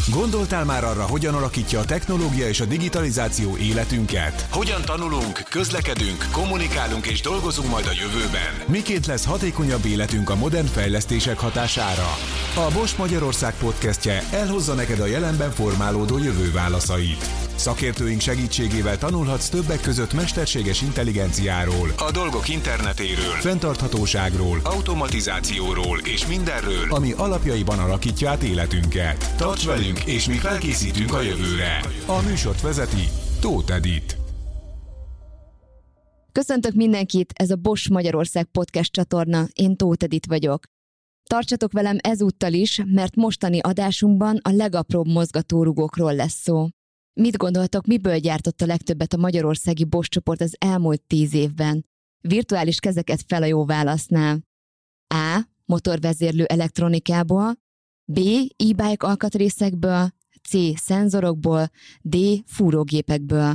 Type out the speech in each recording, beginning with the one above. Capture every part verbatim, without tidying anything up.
Gondoltál már arra, hogyan alakítja a technológia és a digitalizáció életünket? Hogyan tanulunk, közlekedünk, kommunikálunk és dolgozunk majd a jövőben? Miként lesz hatékonyabb életünk a modern fejlesztések hatására? A Bosch Magyarország podcastje elhozza neked a jelenben formálódó jövő válaszait. Szakértőink segítségével tanulhatsz többek között mesterséges intelligenciáról, a dolgok internetéről, fenntarthatóságról, automatizációról és mindenről, ami alapjaiban alakítja át életünket. Tarts velünk, és mi felkészítünk a jövőre. A műsort vezeti Tóth Edit. Köszöntök mindenkit, ez a Bosch Magyarország podcast csatorna, én Tóth Edit vagyok. Tartsatok velem ezúttal is, mert mostani adásunkban a legapróbb mozgatórugókról lesz szó. Mit gondoltok, miből gyártott a legtöbbet a magyarországi Bosch csoport az elmúlt tíz évben? Virtuális kezeket fel a jó válasznál. A. Motorvezérlő elektronikából, B. e-bike alkatrészekből, C. Szenzorokból, D. fúrógépekből.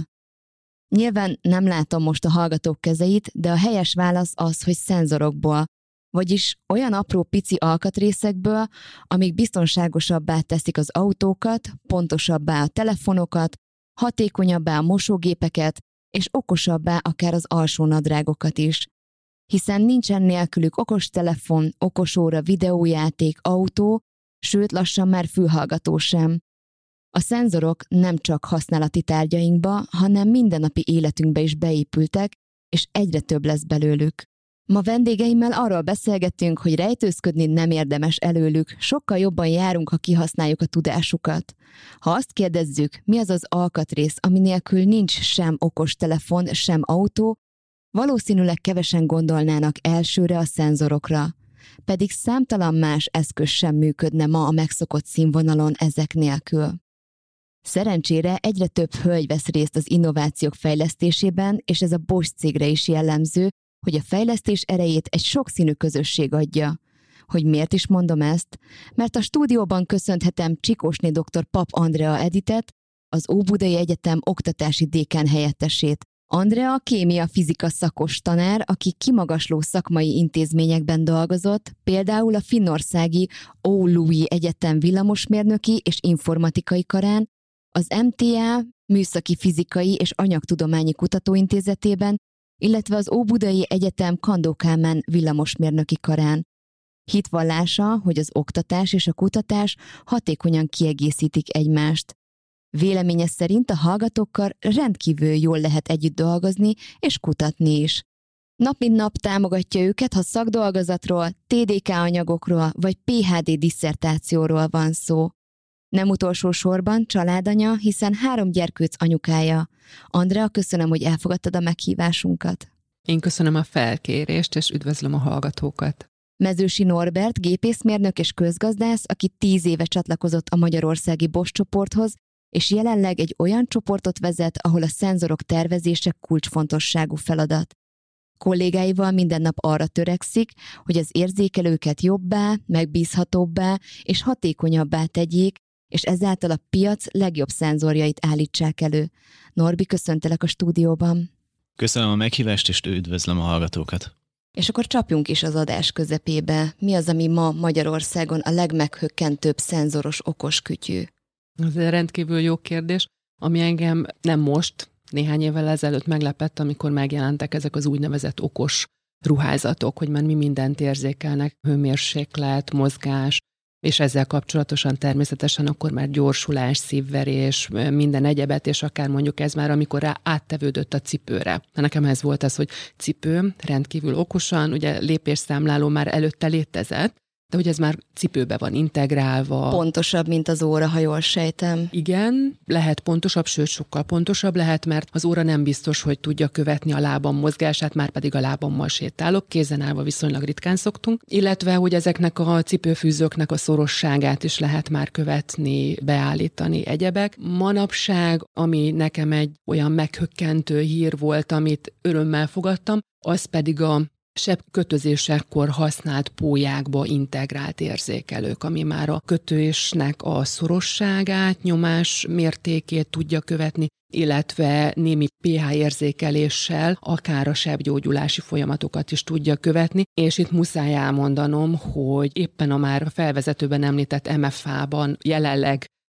Nyilván nem látom most a hallgatók kezeit, de a helyes válasz az, hogy szenzorokból, vagyis olyan apró pici alkatrészekből, amik biztonságosabbá teszik az autókat, pontosabbá a telefonokat, hatékonyabbá a mosógépeket, és okosabbá akár az alsónadrágokat is. Hiszen nincsen nélkülük okostelefon, okosóra, videójáték, autó, sőt lassan már fülhallgató sem. A szenzorok nem csak használati tárgyainkba, hanem mindennapi életünkbe is beépültek, és egyre több lesz belőlük. Ma vendégeimmel arról beszélgettünk, hogy rejtőzködni nem érdemes előlük, sokkal jobban járunk, ha kihasználjuk a tudásukat. Ha azt kérdezzük, mi az az alkatrész, ami nélkül nincs sem okostelefon, sem autó, valószínűleg kevesen gondolnának elsőre a szenzorokra. Pedig számtalan más eszköz sem működne ma a megszokott színvonalon ezek nélkül. Szerencsére egyre több hölgy vesz részt az innovációk fejlesztésében, és ez a Bosch cégre is jellemző, hogy a fejlesztés erejét egy sokszínű közösség adja. Hogy miért is mondom ezt? Mert a stúdióban köszönhetem Csikósné dr. Papp Andrea Editet, az Óbudai Egyetem oktatási dékán helyettesét. Andrea kémia-fizika szakos tanár, aki kimagasló szakmai intézményekben dolgozott, például a finnországi Oulu Egyetem villamosmérnöki és informatikai karán, az em té á Műszaki Fizikai és Anyagtudományi Kutatóintézetében, illetve az Óbudai Egyetem Kandó Kálmán villamosmérnöki karán. Hitvallása, hogy az oktatás és a kutatás hatékonyan kiegészítik egymást. Véleménye szerint a hallgatókkal rendkívül jól lehet együtt dolgozni és kutatni is. Nap mint nap támogatja őket, ha szakdolgozatról, té dé ká anyagokról vagy pé há dé disszertációról van szó. Nem utolsó sorban családanya, hiszen három gyerkőc anyukája. Andrea, köszönöm, hogy elfogadtad a meghívásunkat. Én köszönöm a felkérést, és üdvözlöm a hallgatókat. Mezősi Norbert, gépészmérnök és közgazdász, aki tíz éve csatlakozott a magyarországi Bosch csoporthoz, és jelenleg egy olyan csoportot vezet, ahol a szenzorok tervezése kulcsfontosságú feladat. Kollégáival minden nap arra törekszik, hogy az érzékelőket jobbá, megbízhatóbbá és hatékonyabbá tegyék, és ezáltal a piac legjobb szenzorjait állítsák elő. Norbi, köszöntelek a stúdióban. Köszönöm a meghívást, és üdvözlöm a hallgatókat. És akkor csapjunk is az adás közepébe. Mi az, ami ma Magyarországon a legmeghökkentőbb szenzoros okos kütyű? Ez egy rendkívül jó kérdés, ami engem nem most, néhány évvel ezelőtt meglepett, amikor megjelentek ezek az úgynevezett okos ruházatok, hogy már mi mindent érzékelnek, hőmérséklet, mozgás, és ezzel kapcsolatosan természetesen akkor már gyorsulás, szívverés, minden egyebet, és akár mondjuk ez már, amikor rá áttevődött a cipőre. Nekem ez volt az, hogy cipő rendkívül okosan, ugye lépésszámláló már előtte létezett, de hogy ez már cipőbe van integrálva. Pontosabb, mint az óra, ha jól sejtem. Igen, lehet pontosabb, sőt sokkal pontosabb lehet, mert az óra nem biztos, hogy tudja követni a lábam mozgását, már pedig a lábammal sétálok, kézen állva viszonylag ritkán szoktunk, illetve hogy ezeknek a cipőfűzőknek a szorosságát is lehet már követni, beállítani egyebek. Manapság, ami nekem egy olyan meghökkentő hír volt, amit örömmel fogadtam, az pedig a sebb kötözésekor használt pólyákba integrált érzékelők, ami már a kötésnek a szorosságát, nyomás mértékét tudja követni, illetve némi pé há érzékeléssel akár a sebgyógyulási folyamatokat is tudja követni, és itt muszáj elmondanom, hogy éppen a már felvezetőben említett em ef á-ban jelenleg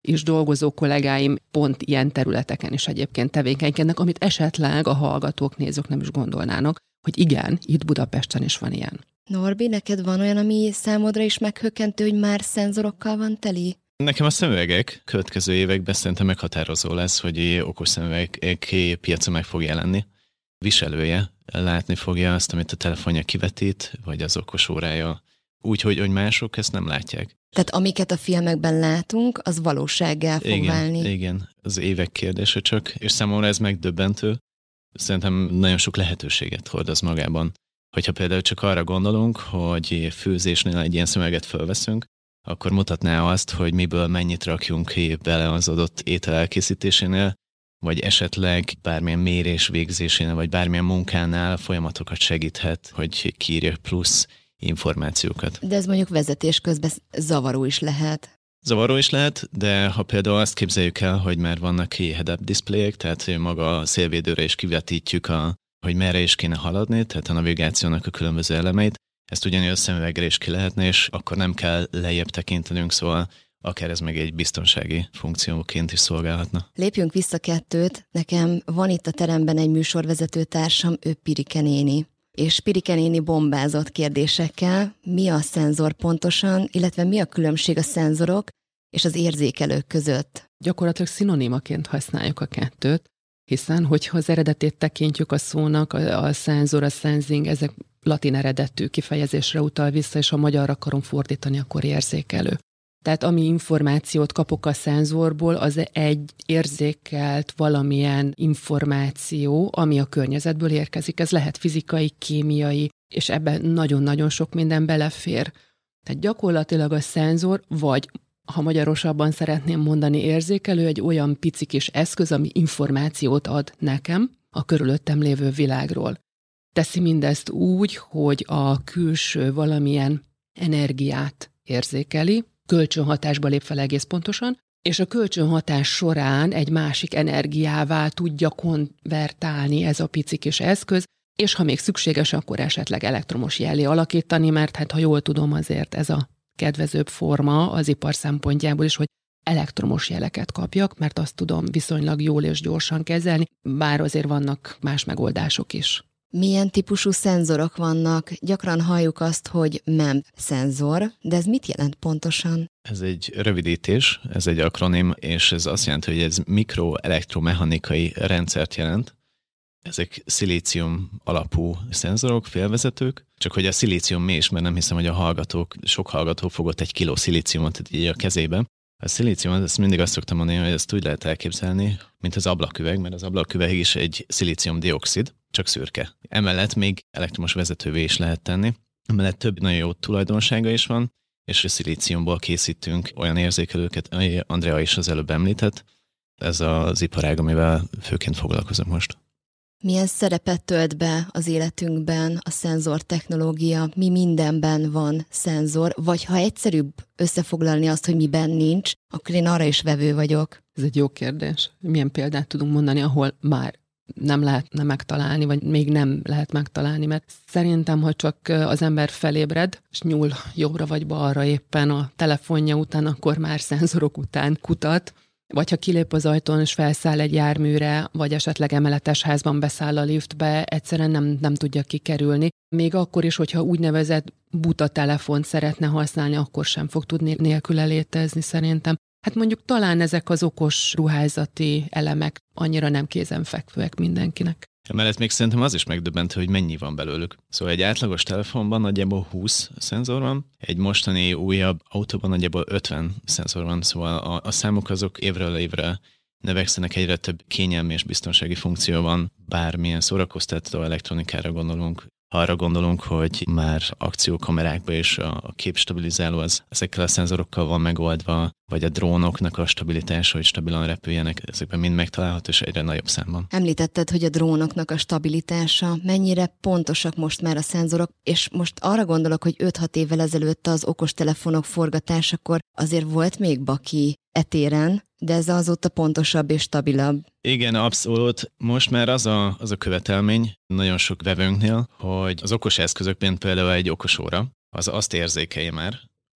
és dolgozó kollégáim pont ilyen területeken is egyébként tevékenykednek, amit esetleg a hallgatók, nézők nem is gondolnának, hogy igen, itt Budapesten is van ilyen. Norbi, neked van olyan, ami számodra is meghökkentő, hogy már szenzorokkal van teli? Nekem a szemüvegek következő években szerintem meghatározó lesz, hogy okos szemüvegek piacon meg fog jelenni. Viselője látni fogja azt, amit a telefonja kivetít, vagy az okos órája, úgy, hogy, hogy mások ezt nem látják. Tehát amiket a filmekben látunk, az valósággá fog igen, válni. Igen, az évek kérdése csak, és számomra ez megdöbbentő. Szerintem nagyon sok lehetőséget hordoz magában. Hogyha például csak arra gondolunk, hogy főzésnél egy ilyen szemüveget fölveszünk, akkor mutatná azt, hogy miből mennyit rakjunk bele az adott étel elkészítésénél, vagy esetleg bármilyen mérés végzésénél, vagy bármilyen munkánál folyamatokat segíthet, hogy kiírjak plusz információkat. De ez mondjuk vezetés közben zavaró is lehet. Zavaró is lehet, de ha például azt képzeljük el, hogy már vannak head-up diszpléjek, tehát maga a szélvédőre is kivetítjük, a, hogy merre is kéne haladni, tehát a navigációnak a különböző elemeit, ezt ugyanúgy a szemüveggel is ki lehetne, és akkor nem kell lejjebb tekintenünk, szóval akár ez meg egy biztonsági funkcióként is szolgálhatna. Lépjünk vissza kettőt. Nekem van itt a teremben egy műsorvezető társam, ő Pirike néni. És Pirike néni bombázott kérdésekkel, mi a szenzor pontosan, illetve mi a különbség a szenzorok és az érzékelők között. Gyakorlatilag szinonimaként használjuk a kettőt, hiszen hogyha az eredetét tekintjük a szónak, a, a szenzor, a sensing, ezek latin eredetű kifejezésre utal vissza, és ha magyarra akarom fordítani, akkor érzékelő. Tehát ami információt kapok a szenzorból, az egy érzékelt valamilyen információ, ami a környezetből érkezik. Ez lehet fizikai, kémiai, és ebben nagyon-nagyon sok minden belefér. Tehát gyakorlatilag a szenzor, vagy ha magyarosabban szeretném mondani, érzékelő, egy olyan pici kis eszköz, ami információt ad nekem a körülöttem lévő világról. Teszi mindezt úgy, hogy a külső valamilyen energiát érzékeli, kölcsönhatásba lép fel egész pontosan, és a kölcsönhatás során egy másik energiává tudja konvertálni ez a pici kis eszköz, és ha még szükséges, akkor esetleg elektromos jellé alakítani, mert hát ha jól tudom, azért ez a kedvezőbb forma az ipar szempontjából is, hogy elektromos jeleket kapjak, mert azt tudom viszonylag jól és gyorsan kezelni, bár azért vannak más megoldások is. Milyen típusú szenzorok vannak? Gyakran halljuk azt, hogy em e em szenzor, de ez mit jelent pontosan? Ez egy rövidítés, ez egy akronim, és ez azt jelenti, hogy ez mikroelektromechanikai rendszert jelent. Ezek szilícium alapú szenzorok, félvezetők, csak hogy a szilícium mi is, mert nem hiszem, hogy a hallgatók, sok hallgató fogott egy kiló szilíciumot így a kezébe. A szilícium, ezt mindig azt szoktam mondani, hogy ezt úgy lehet elképzelni, mint az ablaküveg, mert az ablaküveg is egy szilícium-dioxid, csak szürke. Emellett még elektromos vezetővé is lehet tenni. Emellett több nagyon jó tulajdonsága is van, és a szilíciumból készítünk olyan érzékelőket, ahogy Andrea is az előbb említett. Ez az iparág, amivel főként foglalkozom most. Milyen szerepet tölt be az életünkben a szenzor technológia? Mi mindenben van szenzor? Vagy ha egyszerűbb összefoglalni azt, hogy miben nincs, akkor én arra is vevő vagyok. Ez egy jó kérdés. Milyen példát tudunk mondani, ahol már nem lehetne megtalálni, vagy még nem lehet megtalálni, mert szerintem, ha csak az ember felébred, és nyúl jobbra vagy balra éppen a telefonja után, akkor már szenzorok után kutat, vagy ha kilép az ajtón és felszáll egy járműre, vagy esetleg emeletes házban beszáll a liftbe, egyszerűen nem, nem tudja kikerülni. Még akkor is, hogyha úgynevezett buta telefont szeretne használni, akkor sem fog tudni nélküle létezni szerintem. Hát mondjuk talán ezek az okos ruházati elemek annyira nem kézenfekvőek mindenkinek. Emellett még szerintem az is megdöbbentő, hogy mennyi van belőlük. Szóval egy átlagos telefonban nagyjából húsz szenzor van, egy mostani újabb autóban nagyjából ötven szenzor van, szóval a, a számok azok évről évre növekszenek, egyre több kényelmi és biztonsági funkció van, bármilyen szórakoztató elektronikára gondolunk. Ha arra gondolunk, hogy már akciókamerákba és a képstabilizáló az ezekkel a szenzorokkal van megoldva, vagy a drónoknak a stabilitása, hogy stabilan repüljenek, ezekben mind megtalálható, és egyre nagyobb számban. Említetted, hogy a drónoknak a stabilitása, mennyire pontosak most már a szenzorok, és most arra gondolok, hogy öt-hat évvel ezelőtt az okostelefonok forgatásakor azért volt még baki etéren, de ez azóta pontosabb és stabilabb. Igen, abszolút. Most már az a, az a követelmény nagyon sok vevőnknél, hogy az okos eszközök, mint például egy okos óra, az azt érzékelje már,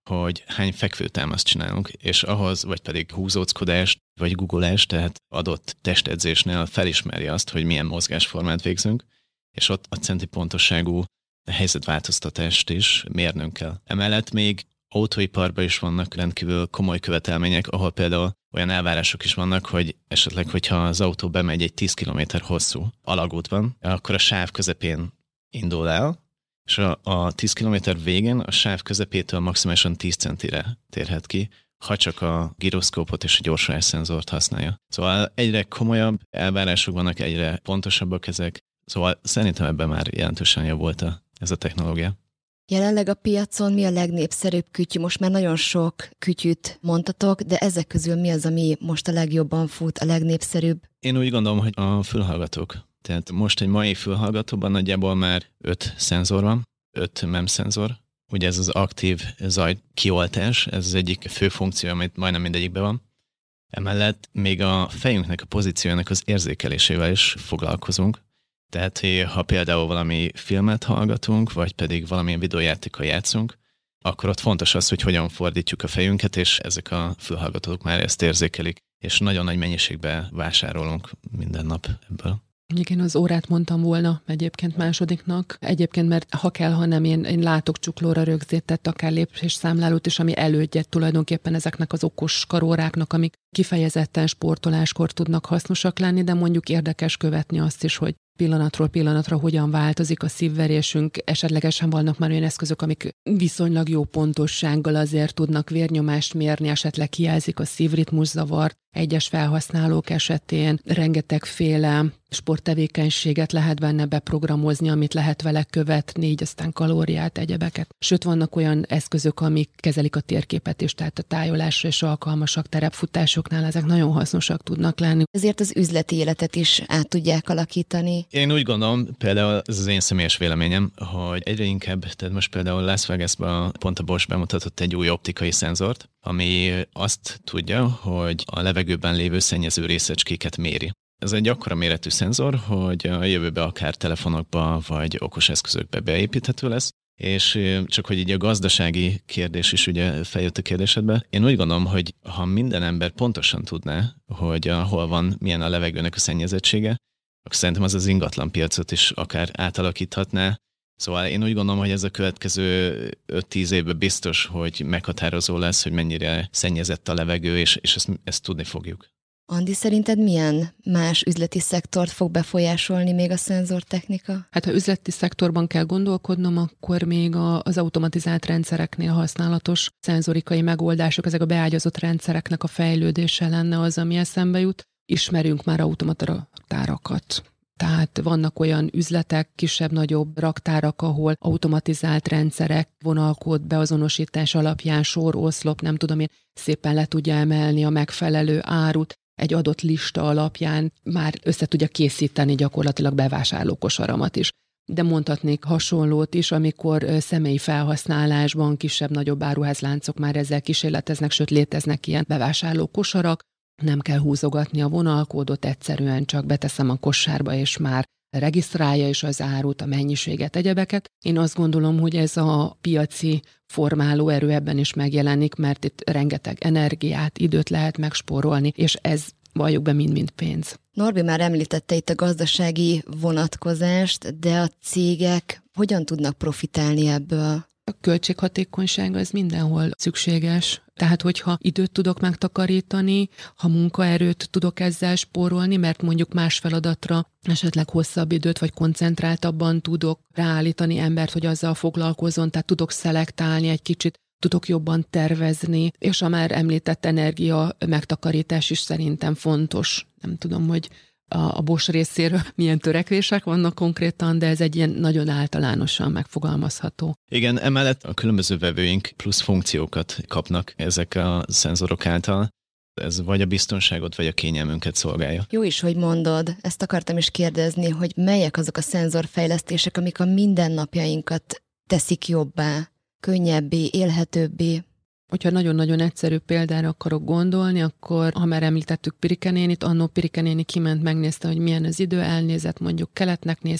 hogy hány fekvőtámaszt csinálunk, és ahhoz, vagy pedig húzóckodást, vagy googolást, tehát adott testedzésnél felismeri azt, hogy milyen mozgásformát végzünk, és ott a centi pontosságú helyzetváltoztatást is mérnünk kell. Emellett még autóiparban is vannak rendkívül komoly követelmények, ahol például olyan elvárások is vannak, hogy esetleg, hogyha az autó bemegy egy tíz kilométer hosszú alagútban, akkor a sáv közepén indul el, és a, a tíz kilométer végén a sáv közepétől maximálisan tíz centire térhet ki, ha csak a giroszkópot és a gyorsulásszenzort használja. Szóval egyre komolyabb elvárások vannak, egyre pontosabbak ezek, szóval szerintem ebben már jelentősen javult a, ez a technológia. Jelenleg a piacon mi a legnépszerűbb kütyű? Most már nagyon sok kütyűt mondtatok, de ezek közül mi az, ami most a legjobban fut, a legnépszerűbb? Én úgy gondolom, hogy a fülhallgatók. Tehát most egy mai fülhallgatóban nagyjából már öt szenzor van, öt em e em-szenzor. Ugye ez az aktív zaj kioltás, ez az egyik fő funkció, amit majdnem mindegyikben van. Emellett még a fejünknek a pozíciójának az érzékelésével is foglalkozunk. Tehát, ha például valami filmet hallgatunk, vagy pedig valamilyen videójátékkal játszunk, akkor ott fontos az, hogy hogyan fordítjuk a fejünket, és ezek a fülhallgatók már ezt érzékelik, és nagyon nagy mennyiségben vásárolunk minden nap ebből. Igen, az órát mondtam volna egyébként másodiknak. Egyébként, mert ha kell, ha nem, én, én látok csuklóra rögzített akár lépésszámlálót is, ami elődje tulajdonképpen ezeknek az okos karóráknak, amik kifejezetten sportoláskor tudnak hasznosak lenni, de mondjuk érdekes követni azt is, hogy pillanatról pillanatra hogyan változik a szívverésünk, esetlegesen vannak már olyan eszközök, amik viszonylag jó pontossággal azért tudnak vérnyomást mérni, esetleg kijelzik a szívritmuszavart. Egyes felhasználók esetén rengetegféle sporttevékenységet lehet benne beprogramozni, amit lehet vele követni, így aztán kalóriát, egyebeket. Sőt, vannak olyan eszközök, amik kezelik a térképet is, tehát a tájolásra és alkalmasak terepfutásoknál, ezek nagyon hasznosak tudnak lenni. Ezért az üzleti életet is át tudják alakítani. Én úgy gondolom, például ez az én személyes véleményem, hogy egyre inkább, tehát most például Las Vegasban pont a Bosch bemutatott egy új optikai szenzort, ami azt tudja, hogy a levegőben lévő szennyező részecskéket méri. Ez egy akkora méretű szenzor, hogy a jövőben akár telefonokba vagy okos eszközökbe beépíthető lesz, és csak hogy így a gazdasági kérdés is ugye feljött a kérdésedbe. Én úgy gondolom, hogy ha minden ember pontosan tudná, hogy hol van, milyen a levegőnek a szennyezettsége, akkor szerintem az az ingatlan piacot is akár átalakíthatná. Szóval én úgy gondolom, hogy ez a következő öt-tíz évben biztos, hogy meghatározó lesz, hogy mennyire szennyezett a levegő, és, és ezt, ezt tudni fogjuk. Andi, szerinted milyen más üzleti szektort fog befolyásolni még a szenzortechnika? Hát ha üzleti szektorban kell gondolkodnom, akkor még a, az automatizált rendszereknél használatos szenzorikai megoldások, ezek a beágyazott rendszereknek a fejlődése lenne az, ami eszembe jut. Ismerünk már automata raktárakat. Tehát vannak olyan üzletek, kisebb-nagyobb raktárak, ahol automatizált rendszerek, vonalkód beazonosítás alapján sor, oszlop, nem tudom én, szépen le tudja emelni a megfelelő árut, egy adott lista alapján már össze tudja készíteni gyakorlatilag bevásárlókosaramat is. De mondhatnék hasonlót is, amikor személyi felhasználásban kisebb-nagyobb áruházláncok már ezzel kísérleteznek, sőt léteznek ilyen bevásárlókosarak, nem kell húzogatni a vonalkódot, egyszerűen csak beteszem a kosárba, és már regisztrálja is az árut, a mennyiséget, egyebeket. Én azt gondolom, hogy ez a piaci formáló erő ebben is megjelenik, mert itt rengeteg energiát, időt lehet megspórolni, és ez valljuk be mind-mind pénz. Norbi már említette itt a gazdasági vonatkozást, de a cégek hogyan tudnak profitálni ebből? A költséghatékonyság az mindenhol szükséges. Tehát, hogyha időt tudok megtakarítani, ha munkaerőt tudok ezzel spórolni, mert mondjuk más feladatra esetleg hosszabb időt vagy koncentráltabban tudok ráállítani embert, hogy azzal foglalkozzon, tehát tudok szelektálni egy kicsit, tudok jobban tervezni, és a már említett energia megtakarítás is szerintem fontos. Nem tudom, hogy a Bosch részéről milyen törekvések vannak konkrétan, de ez egy ilyen nagyon általánosan megfogalmazható. Igen, emellett a különböző vevőink plusz funkciókat kapnak ezek a szenzorok által. Ez vagy a biztonságot, vagy a kényelmünket szolgálja. Jó is, hogy mondod. Ezt akartam is kérdezni, hogy melyek azok a szenzorfejlesztések, amik a mindennapjainkat teszik jobbá, könnyebbé, élhetőbbé. Hogyha nagyon-nagyon egyszerű példára akarok gondolni, akkor, ha már említettük Pirike nénit, annó Pirike néni kiment, megnézte, hogy milyen az idő, elnézett, mondjuk keletnek nézte, hogy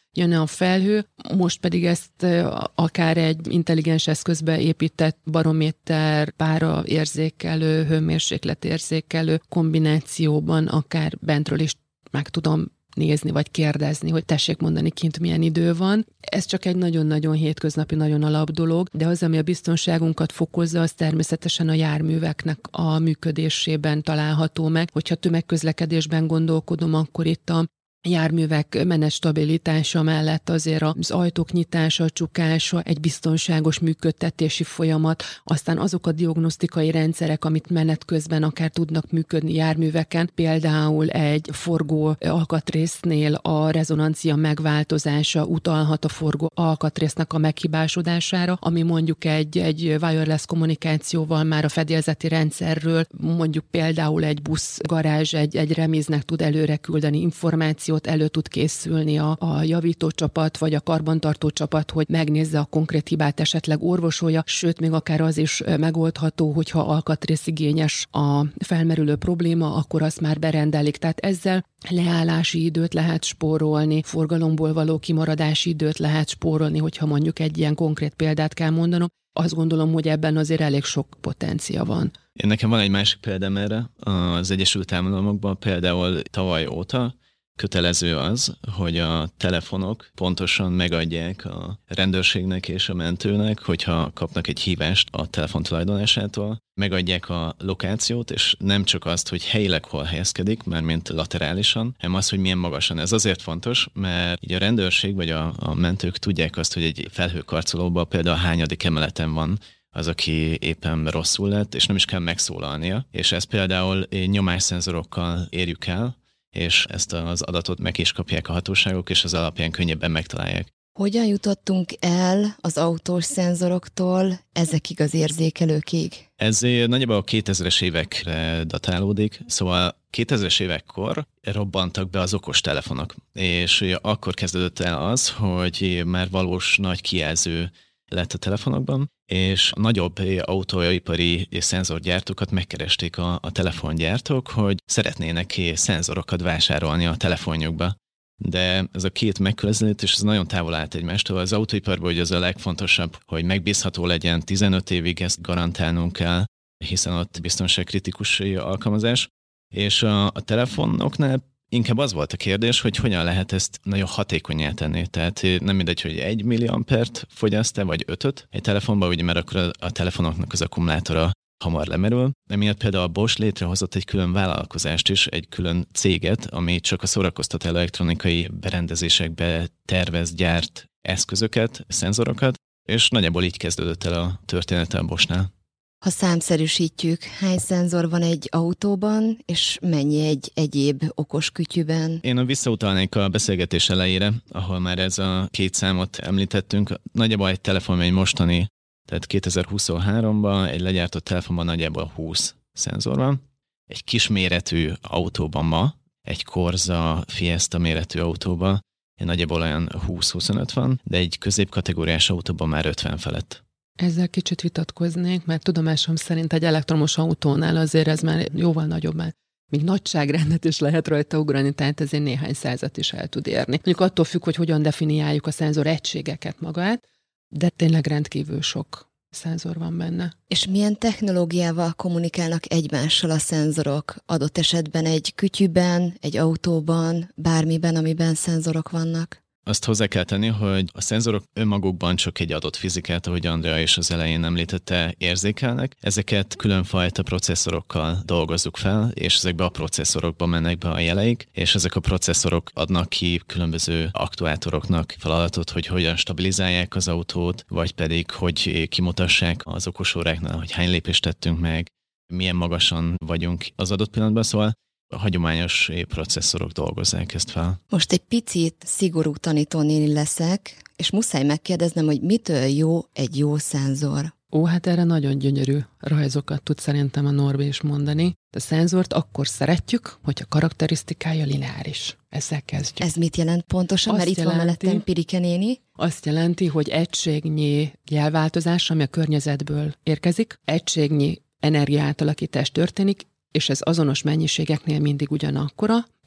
jönne a felhő, most pedig ezt akár egy intelligens eszközbe épített barométer, pára érzékelő, hőmérséklet érzékelő kombinációban akár bentről is meg tudom nézni, vagy kérdezni, hogy tessék mondani kint milyen idő van. Ez csak egy nagyon-nagyon hétköznapi, nagyon alap dolog, de az, ami a biztonságunkat fokozza, az természetesen a járműveknek a működésében található meg. Hogyha tömegközlekedésben gondolkodom, akkor itt a járművek menet stabilitása mellett azért az ajtók nyitása, csukása, egy biztonságos működtetési folyamat, aztán azok a diagnosztikai rendszerek, amit menet közben akár tudnak működni járműveken, például egy forgó alkatrésznél a rezonancia megváltozása utalhat a forgó alkatrésznek a meghibásodására, ami mondjuk egy, egy wireless kommunikációval már a fedélzeti rendszerről, mondjuk például egy buszgarázs, egy, egy remíznek tud előre küldeni információt, elő tud készülni a, a javító csapat, vagy a karbantartó csapat, hogy megnézze a konkrét hibát, esetleg orvosolja, sőt, még akár az is megoldható, hogyha alkatrészigényes a felmerülő probléma, akkor azt már berendelik. Tehát ezzel leállási időt lehet spórolni, forgalomból való kimaradási időt lehet spórolni, hogyha mondjuk egy ilyen konkrét példát kell mondanom. Azt gondolom, hogy ebben azért elég sok potencia van. Én nekem van egy másik példám erre. Az Egyesült Államokban például tavaly óta kötelező az, hogy a telefonok pontosan megadják a rendőrségnek és a mentőnek, hogyha kapnak egy hívást a telefon tulajdonásától, megadják a lokációt, és nem csak azt, hogy helyileg hol helyezkedik, mármint laterálisan, hanem az, hogy milyen magasan. Ez azért fontos, mert így a rendőrség vagy a, a mentők tudják azt, hogy egy felhőkarcolóban például a hányadik emeleten van az, aki éppen rosszul lett, és nem is kell megszólalnia. És ezt például nyomásszenzorokkal érjük el, és ezt az adatot meg is kapják a hatóságok, és az alapján könnyebben megtalálják. Hogyan jutottunk el az autós szenzoroktól ezekig az érzékelőkig? Ez nagyjából a kétezres évekre datálódik, szóval kétezres évekkor robbantak be az okos telefonok, és akkor kezdődött el az, hogy már valós nagy kijelző lett a telefonokban, és a nagyobb autóipari szenzorgyártókat megkeresték a, a telefongyártók, hogy szeretnének szenzorokat vásárolni a telefonjukba. De ez a két megközelítés ez nagyon távol állt egymástól. Az autóiparban ugye az a legfontosabb, hogy megbízható legyen, tizenöt évig ezt garantálnunk kell, hiszen ott biztonságkritikus alkalmazás, és a, a telefonoknál inkább az volt a kérdés, hogy hogyan lehet ezt nagyon hatékonnyá tenni. Tehát nem mindegy, hogy egy milliampert fogyaszt-e, vagy ötöt egy telefonban, ugye, mert akkor a telefonoknak az akkumulátora hamar lemerül. Emiatt például a Bosch létrehozott egy külön vállalkozást is, egy külön céget, ami csak a szórakoztató elektronikai berendezésekbe tervez, gyárt eszközöket, szenzorokat, és nagyjából így kezdődött el a története a Boschnál. Ha számszerűsítjük, hány szenzor van egy autóban, és mennyi egy egyéb okos kütyűben? Én visszautalnék a beszélgetés elejére, ahol már ez a két számot említettünk. Nagyjából egy telefon egy mostani, tehát kétezer-huszonháromban egy legyártott telefonban nagyjából húsz szenzor van. Egy kisméretű autóban ma, egy Corsa Fiesta méretű autóban nagyjából olyan húsz-huszonöt van, de egy középkategóriás autóban már ötven felett. Ezzel kicsit vitatkoznék, mert tudomásom szerint egy elektromos autónál azért ez már jóval nagyobb már. Még nagyságrendet is lehet rajta ugrani, tehát ezért néhány százat is el tud érni. Mondjuk attól függ, hogy hogyan definiáljuk a szenzor egységeket magát, de tényleg rendkívül sok szenzor van benne. És milyen technológiával kommunikálnak egymással a szenzorok? Adott esetben egy kütyűben, egy autóban, bármiben, amiben szenzorok vannak? Azt hozzá kell tenni, hogy a szenzorok önmagukban csak egy adott fizikát, ahogy Andrea is az elején említette, érzékelnek. Ezeket különfajta processzorokkal dolgozzuk fel, és ezekbe a processzorokba mennek be a jeleik, és ezek a processzorok adnak ki különböző aktuátoroknak feladatot, hogy hogyan stabilizálják az autót, vagy pedig, hogy kimutassák az okosóráknál, hogy hány lépést tettünk meg, milyen magasan vagyunk az adott pillanatban, szóval a hagyományos processzorok dolgozzák ezt fel. Most egy picit szigorú tanítónéni leszek, és muszáj megkérdeznem, hogy mitől jó egy jó szenzor? Ó, hát erre nagyon gyönyörű rajzokat tud szerintem a Norbi is mondani. A szenzort akkor szeretjük, hogy a karakterisztikája lineáris. Ezzel kezdjük. Ez mit jelent pontosan? Azt mert itt jelenti, van mellettem Pirike néni. Azt jelenti, hogy egységnyi jelváltozás, ami a környezetből érkezik, egységnyi energiaátalakítás történik, és ez azonos mennyiségeknél mindig ugyanakkora,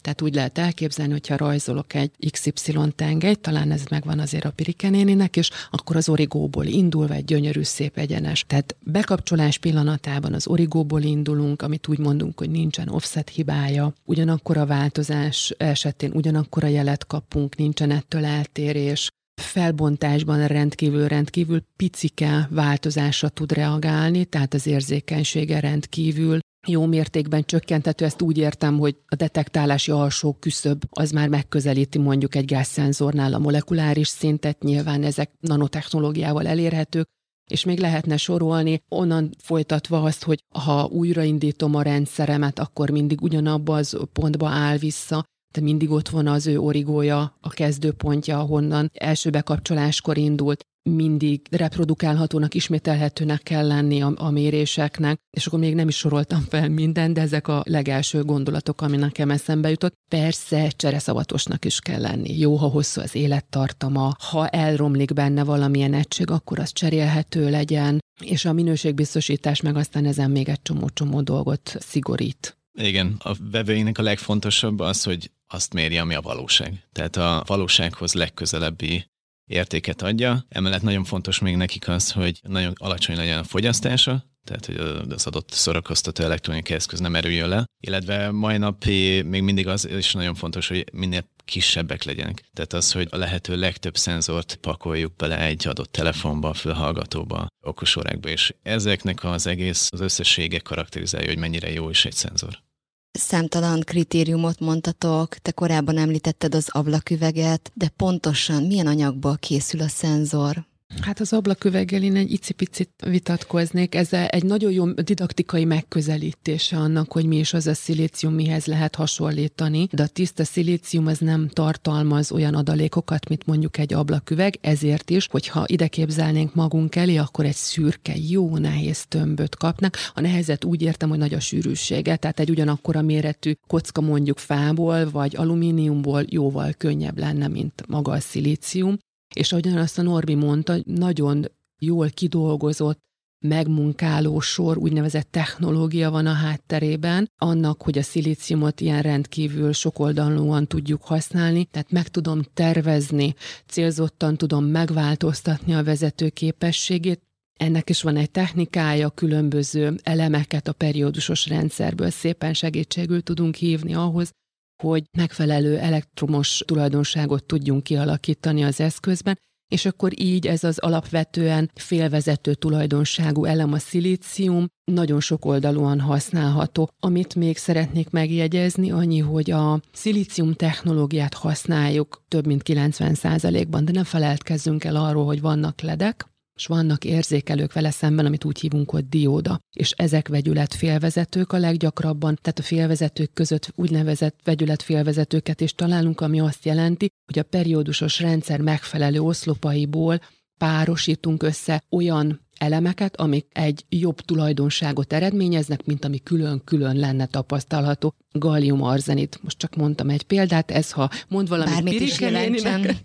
Tehát úgy lehet elképzelni, hogyha rajzolok egy iksz ipszilon tengelyt, talán ez megvan azért a Pirike néninek, és akkor az origóból indulva egy gyönyörű, szép egyenes. Tehát bekapcsolás pillanatában az origóból indulunk, amit úgy mondunk, hogy nincsen offset hibája, ugyanakkor a változás esetén ugyanakkor a jelet kapunk, nincsen ettől eltérés. Felbontásban rendkívül-rendkívül picike változásra tud reagálni, tehát az érzékenysége rendkívül jó mértékben csökkenthető. Ezt úgy értem, hogy a detektálási alsó küszöb az már megközelíti mondjuk egy gázszenzornál a molekuláris szintet, nyilván ezek nanotechnológiával elérhetők, és még lehetne sorolni, onnan folytatva azt, hogy ha újraindítom a rendszeremet, akkor mindig ugyanabba az pontba áll vissza, de mindig ott van az ő origója, a kezdőpontja, ahonnan első bekapcsoláskor indult, mindig reprodukálhatónak, ismételhetőnek kell lenni a, a méréseknek, és akkor még nem is soroltam fel mindent, de ezek a legelső gondolatok, ami nekem eszembe jutott. Persze csereszavatosnak is kell lenni. Jó, ha hosszú az élettartama, ha elromlik benne valamilyen egység, akkor az cserélhető legyen, és a minőségbiztosítás meg aztán ezen még egy csomó-csomó dolgot szigorít. Igen, a vevőinknek a legfontosabb az, hogy azt mérje, ami a valóság. Tehát a valósághoz legközelebbi értéket adja. Emellett nagyon fontos még nekik az, hogy nagyon alacsony legyen a fogyasztása, tehát hogy az adott szórakoztató elektronikai eszköz nem erüljön le, illetve mai napi még mindig az is nagyon fontos, hogy minél kisebbek legyenek. Tehát az, hogy a lehető legtöbb szenzort pakoljuk bele egy adott telefonba, fülhallgatóba, okosórákba, és ezeknek az egész, az összessége karakterizálja, hogy mennyire jó is egy szenzor. Számtalan kritériumot mondtatok, te korábban említetted az ablaküveget, de pontosan milyen anyagból készül a szenzor? Hát az ablaküveggel én egy icipicit vitatkoznék. Ez egy nagyon jó didaktikai megközelítése annak, hogy mi is az a szilícium, mihez lehet hasonlítani, de a tiszta szilícium az nem tartalmaz olyan adalékokat, mint mondjuk egy ablaküveg, ezért is, hogyha ide képzelnénk magunk elé, akkor egy szürke, jó nehéz tömböt kapnak. A nehezet úgy értem, hogy nagy a sűrűsége, tehát egy ugyanakkora méretű kocka mondjuk fából vagy alumíniumból jóval könnyebb lenne, mint maga a szilícium. És ahogyan azt a Norbi mondta, nagyon jól kidolgozott, megmunkáló sor, úgynevezett technológia van a hátterében, annak, hogy a szilíciumot ilyen rendkívül sokoldalúan tudjuk használni, tehát meg tudom tervezni, célzottan tudom megváltoztatni a vezető képességét. Ennek is van egy technikája, különböző elemeket a periódusos rendszerből szépen segítségül tudunk hívni ahhoz, hogy megfelelő elektromos tulajdonságot tudjunk kialakítani az eszközben, és akkor így ez az alapvetően félvezető tulajdonságú elem a szilícium nagyon sokoldalúan használható. Amit még szeretnék megjegyezni, annyi, hogy a szilícium technológiát használjuk több mint kilencven százalékban, de nem feledkezzünk el arról, hogy vannak ledek, és vannak érzékelők vele szemben, amit úgy hívunk, hogy dióda. És ezek vegyületfélvezetők a leggyakrabban, tehát a félvezetők között úgynevezett vegyületfélvezetőket is találunk, ami azt jelenti, hogy a periódusos rendszer megfelelő oszlopaiból párosítunk össze olyan elemeket, amik egy jobb tulajdonságot eredményeznek, mint ami külön-külön lenne tapasztalható. Gallium-arzenit, most csak mondtam egy példát, ez ha mond valamit Pirike néninek,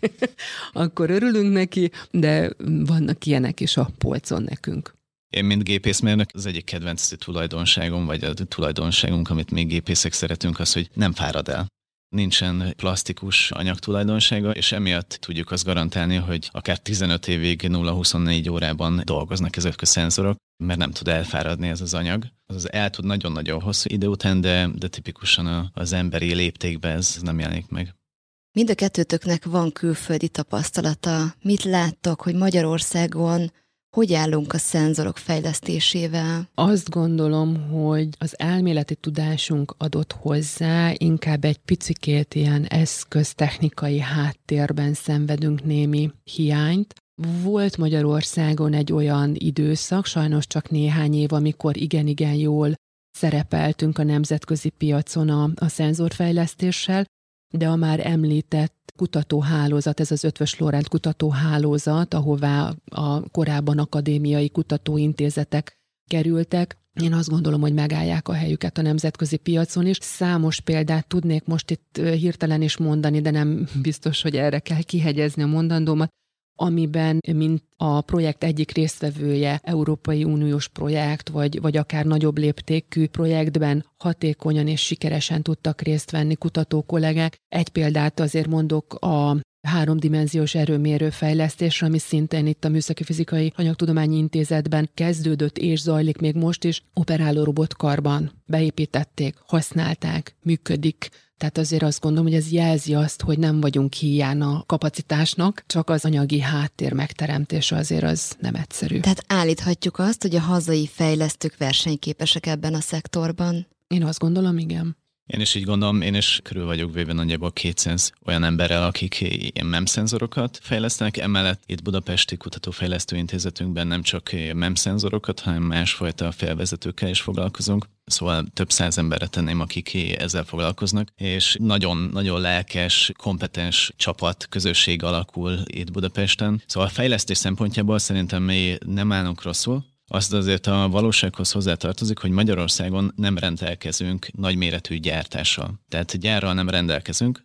akkor örülünk neki, de vannak ilyenek is a polcon nekünk. Én, mint gépészmérnök, az egyik kedvenc tulajdonságom, vagy a tulajdonságunk, amit még gépészek szeretünk, az, hogy nem fárad el. Nincsen plastikus anyagtulajdonsága, és emiatt tudjuk azt garantálni, hogy akár tizenöt évig nulla huszonnégy órában dolgoznak ezek a szenzorok, mert nem tud elfáradni ez az anyag. Az el tud nagyon-nagyon hosszú idő után, de, de tipikusan az emberi léptékben ez nem jelenik meg. Mind a kettőtöknek van külföldi tapasztalata. Mit láttok, hogy Magyarországon hogy állunk a szenzorok fejlesztésével? Azt gondolom, hogy az elméleti tudásunk adott hozzá, inkább egy picikét ilyen eszköztechnikai háttérben szenvedünk némi hiányt. Volt Magyarországon egy olyan időszak, sajnos csak néhány év, amikor igen-igen jól szerepeltünk a nemzetközi piacon a, a szenzorfejlesztéssel, de a már említett kutatóhálózat, ez az Eötvös Loránd kutatóhálózat, ahová a korábban akadémiai kutatóintézetek kerültek, én azt gondolom, hogy megállják a helyüket a nemzetközi piacon is. Számos példát tudnék most itt hirtelen is mondani, de nem biztos, hogy erre kell kihegyezni a mondandómat. amiben, mint a projekt egyik résztvevője, Európai Uniós projekt, vagy, vagy akár nagyobb léptékű projektben hatékonyan és sikeresen tudtak részt venni kutató kollégák. Egy példát azért mondok, a háromdimenziós erőmérő fejlesztésre, ami szintén itt a Műszaki Fizikai Anyagtudományi Intézetben kezdődött és zajlik még most is, operáló robotkarban beépítették, használták, működik. Tehát azért azt gondolom, hogy ez jelzi azt, hogy nem vagyunk híján a kapacitásnak, csak az anyagi háttér megteremtése azért az nem egyszerű. Tehát állíthatjuk azt, hogy a hazai fejlesztők versenyképesek ebben a szektorban? Én azt gondolom, igen. Én is így gondolom, én is körül vagyok véve nagyjából kétszáz olyan emberrel, akik ilyen em e em-szenzorokat fejlesztenek. Emellett itt Budapesti Kutatófejlesztő Intézetünkben nem csak em e em-szenzorokat, hanem másfajta félvezetőkkel is foglalkozunk. Szóval több száz emberre tenném, akik ezzel foglalkoznak, és nagyon-nagyon lelkes, kompetens csapat, közösség alakul itt Budapesten. Szóval a fejlesztés szempontjából szerintem mi nem állunk rosszul. Azt azért a valósághoz hozzátartozik, hogy Magyarországon nem rendelkezünk nagyméretű gyártással. Tehát gyárral nem rendelkezünk,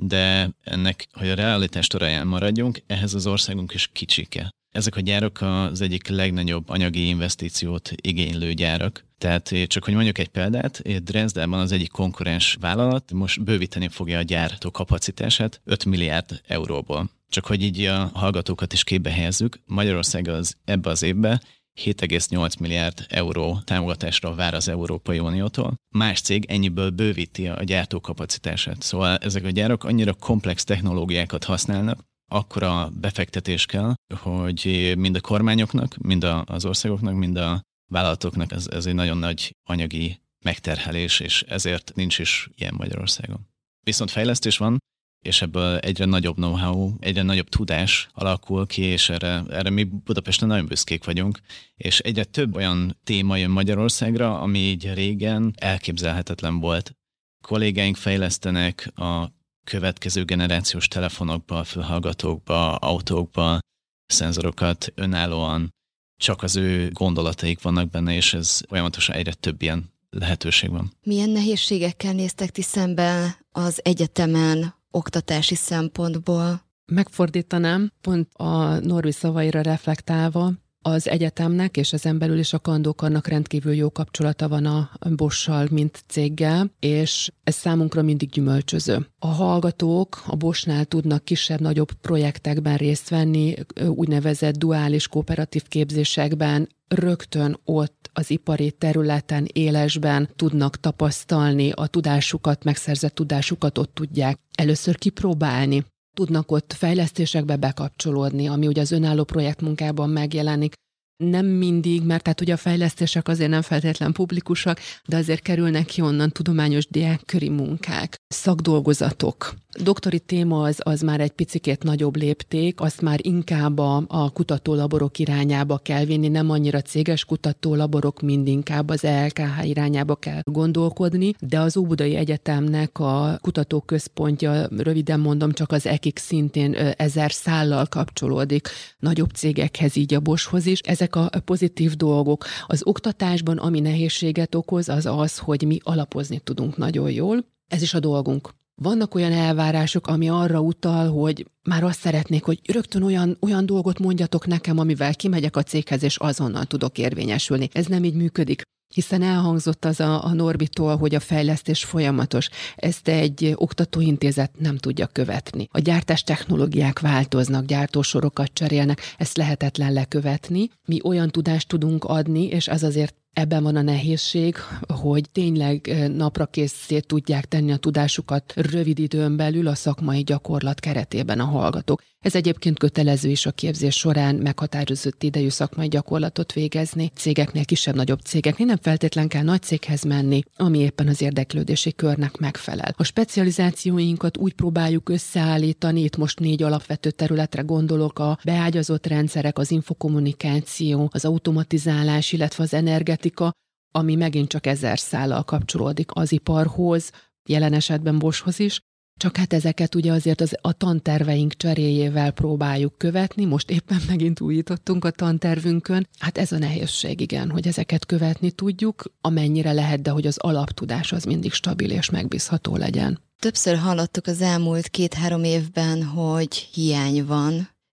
de ennek, hogy a realitás talaján maradjunk, ehhez az országunk is kicsike. Ezek a gyárak az egyik legnagyobb anyagi investíciót igénylő gyárak. Tehát csak hogy mondjuk egy példát, Dresdában az egyik konkurens vállalat most bővíteni fogja a gyártó kapacitását öt milliárd euróból. Csak hogy így a hallgatókat is képbe helyezzük, Magyarország az ebbe az évben hét egész nyolc milliárd euró támogatásra vár az Európai Uniótól. Más cég ennyiből bővíti a gyártókapacitását. Szóval ezek a gyárak annyira komplex technológiákat használnak, akkora befektetés kell, hogy mind a kormányoknak, mind az országoknak, mind a vállalatoknak ez, ez egy nagyon nagy anyagi megterhelés, és ezért nincs is ilyen Magyarországon. Viszont fejlesztés van, és ebből egyre nagyobb know-how, egyre nagyobb tudás alakul ki, és erre, erre mi Budapesten nagyon büszkék vagyunk, és egyre több olyan téma jön Magyarországra, ami így régen elképzelhetetlen volt. Kollégáink fejlesztenek a következő generációs telefonokba, fülhallgatókba, autókba, szenzorokat önállóan, csak az ő gondolataik vannak benne, és ez folyamatosan egyre több ilyen lehetőség van. Milyen nehézségekkel néztek ti szembe az egyetemen, oktatási szempontból? Megfordítanám, pont a Norbi szavaira reflektálva, az egyetemnek és ezen belül is a kandókarnak rendkívül jó kapcsolata van a Bosch-sal, mint céggel, és ez számunkra mindig gyümölcsöző. A hallgatók a Bosch-nál tudnak kisebb-nagyobb projektekben részt venni, úgynevezett duális kooperatív képzésekben, rögtön ott az ipari területen, élesben tudnak tapasztalni a tudásukat, megszerzett tudásukat ott tudják először kipróbálni. Tudnak ott fejlesztésekbe bekapcsolódni, ami ugye az önálló projektmunkában megjelenik. Nem mindig, mert tehát ugye a fejlesztések azért nem feltétlen publikusak, de azért kerülnek ki onnan tudományos diákköri munkák, szakdolgozatok. Doktori téma az, az már egy picikét nagyobb lépték, azt már inkább a, a kutatólaborok irányába kell vinni, nem annyira céges kutatólaborok, mind inkább az E L K H irányába kell gondolkodni, de az Óbudai Egyetemnek a kutatóközpontja, röviden mondom, csak az E K I K szintén ezer szállal kapcsolódik nagyobb cégekhez, így a Boschhoz is. Ezek a pozitív dolgok. Az oktatásban, ami nehézséget okoz, az az, hogy mi alapozni tudunk nagyon jól. Ez is a dolgunk. Vannak olyan elvárások, ami arra utal, hogy már azt szeretnék, hogy rögtön olyan, olyan dolgot mondjatok nekem, amivel kimegyek a céghez, és azonnal tudok érvényesülni. Ez nem így működik. Hiszen elhangzott az a, a Norbitól, hogy a fejlesztés folyamatos. Ezt egy oktatóintézet nem tudja követni. A gyártás technológiák változnak, gyártósorokat cserélnek, ezt lehetetlen lekövetni. Mi olyan tudást tudunk adni, és ez azért ebben van a nehézség, hogy tényleg napra készé tudják tenni a tudásukat rövid időn belül a szakmai gyakorlat keretében a hallgatók. Ez egyébként kötelező is a képzés során meghatározott idejű szakmai gyakorlatot végezni. Cégeknél, kisebb-nagyobb cégeknél nem feltétlen kell nagy céghez menni, ami éppen az érdeklődési körnek megfelel. A specializációinkat úgy próbáljuk összeállítani, itt most négy alapvető területre gondolok, a beágyazott rendszerek, az infokommunikáció, az automatizálás, illetve az energetika, ami megint csak ezer szállal kapcsolódik az iparhoz, jelen esetben Boschhoz is. Csak hát ezeket ugye azért az, a tanterveink cseréjével próbáljuk követni, most éppen megint újítottunk a tantervünkön. Hát ez a nehézség, igen, hogy ezeket követni tudjuk, amennyire lehet, de hogy az alaptudás az mindig stabil és megbízható legyen. Többször hallottuk az elmúlt két-három évben, hogy hiány van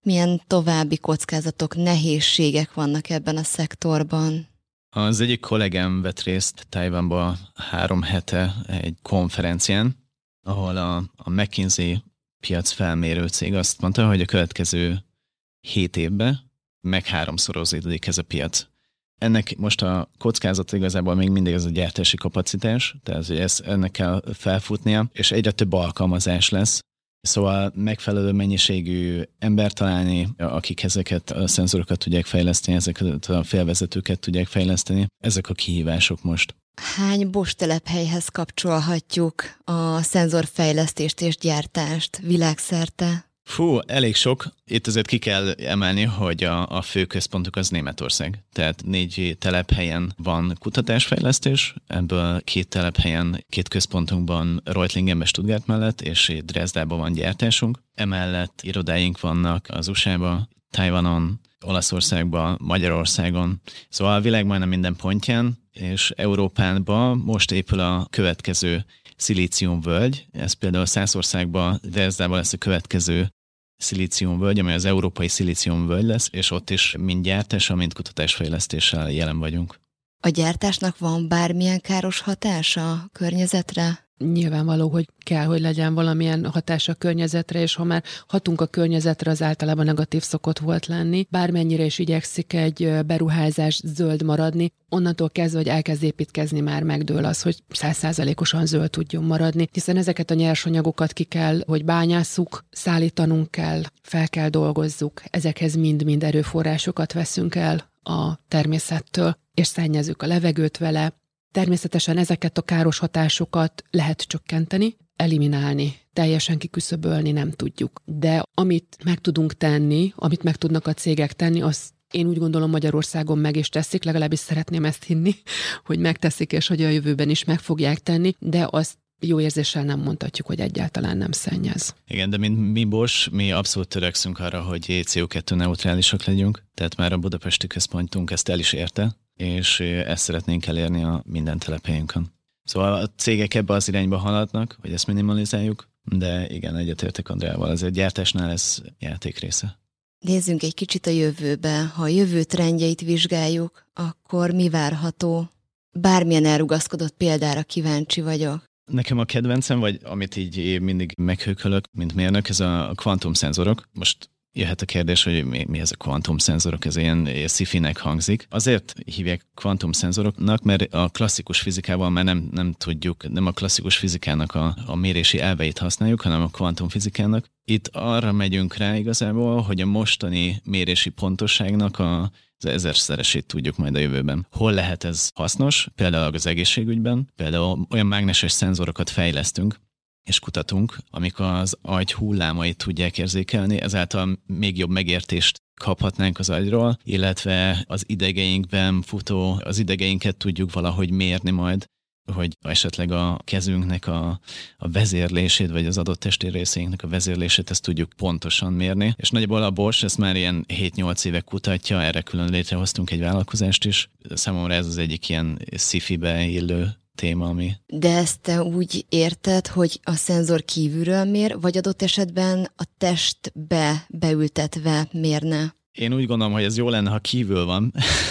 Milyen további kockázatok, nehézségek vannak ebben a szektorban? Az egyik kollégám vett részt Tajvanba három hete egy konferencián, ahol a, a McKinsey piacfelmérő cég azt mondta, hogy a következő hét évben meg háromszorozódik ez a piac. Ennek most a kockázat igazából még mindig ez a gyártási kapacitás, tehát ez, ennek kell felfutnia, és egyre több alkalmazás lesz. Szóval megfelelő mennyiségű ember találni, akik ezeket a szenzorokat tudják fejleszteni, ezeket a félvezetőket tudják fejleszteni. Ezek a kihívások most. Hány Bosch telephelyhez kapcsolhatjuk a szenzorfejlesztést és gyártást világszerte? Fú, elég sok. Itt azért ki kell emelni, hogy a, a fő központuk az Németország. Tehát négy telephelyen van kutatásfejlesztés, ebből két telephelyen, két központunkban Reutlingenben, Stuttgart mellett, és Dresdában van gyártásunk. Emellett irodáink vannak az u es á-ban, Tajvanon, Olaszországban, Magyarországon, szóval a világ majdnem minden pontján, és Európában most épül a következő szilíciumvölgy, ez például Szászországban, Dresdában lesz a következő szilíciumvölgy, amely az európai szilíciumvölgy lesz, és ott is mind gyártással, mind kutatásfejlesztéssel jelen vagyunk. A gyártásnak van bármilyen káros hatása a környezetre? Nyilvánvaló, hogy kell, hogy legyen valamilyen hatás a környezetre, és ha már hatunk a környezetre, az általában negatív szokott volt lenni. Bármennyire is igyekszik egy beruházás zöld maradni, onnantól kezdve, hogy elkezd építkezni, már megdől az, hogy száz százalékosan zöld tudjon maradni, hiszen ezeket a nyersanyagokat ki kell, hogy bányásszuk, szállítanunk kell, fel kell dolgozzuk, ezekhez mind-mind erőforrásokat veszünk el a természettől, és szennyezzük a levegőt vele. Természetesen ezeket a káros hatásokat lehet csökkenteni, eliminálni, teljesen kiküszöbölni nem tudjuk. De amit meg tudunk tenni, amit meg tudnak a cégek tenni, az én úgy gondolom Magyarországon meg is teszik, legalábbis szeretném ezt hinni, hogy megteszik, és hogy a jövőben is meg fogják tenni, de azt jó érzéssel nem mondhatjuk, hogy egyáltalán nem szennyez. Igen, de mint mi Bosch, mi abszolút törekszünk arra, hogy cé o kettő neutrálisak legyünk, tehát már a budapesti központunk ezt el is érte, és ezt szeretnénk elérni a minden telephelyünkön. Szóval a cégek ebbe az irányba haladnak, hogy ezt minimalizáljuk, de igen, egyetértek Andreával, ez egy gyártásnál ez játék része. Nézzünk egy kicsit a jövőbe. Ha a jövő trendjeit vizsgáljuk, akkor mi várható? Bármilyen elrugaszkodott példára kíváncsi vagyok. Nekem a kedvencem, vagy amit így mindig meghőkölök, mint mérnök, ez a kvantumszenzorok. Most jöhet a kérdés, hogy mi, mi ez a kvantumszenzorok, ez ilyen sci-finek hangzik. Azért hívják kvantumszenzoroknak, mert a klasszikus fizikával már nem, nem tudjuk, nem a klasszikus fizikának a, a mérési elveit használjuk, hanem a kvantumfizikának. Itt arra megyünk rá igazából, hogy a mostani mérési pontosságnak a az ezerszeresét tudjuk majd a jövőben. Hol lehet ez hasznos? Például az egészségügyben, például olyan mágneses szenzorokat fejlesztünk, és kutatunk, amik az agy hullámait tudják érzékelni, ezáltal még jobb megértést kaphatnánk az agyról, illetve az idegeinkben futó, az idegeinket tudjuk valahogy mérni majd, hogy esetleg a kezünknek a, a vezérlését, vagy az adott testi részeinknek a vezérlését, ezt tudjuk pontosan mérni. És nagyjából a Bosch ezt már ilyen hét-nyolc éve kutatja, erre külön létrehoztunk egy vállalkozást is. Számomra ez az egyik ilyen sci-fibe illő téma, ami... De ezt te úgy érted, hogy a szenzor kívülről mér, vagy adott esetben a testbe beültetve mérne? Én úgy gondolom, hogy ez jó lenne, ha kívül van.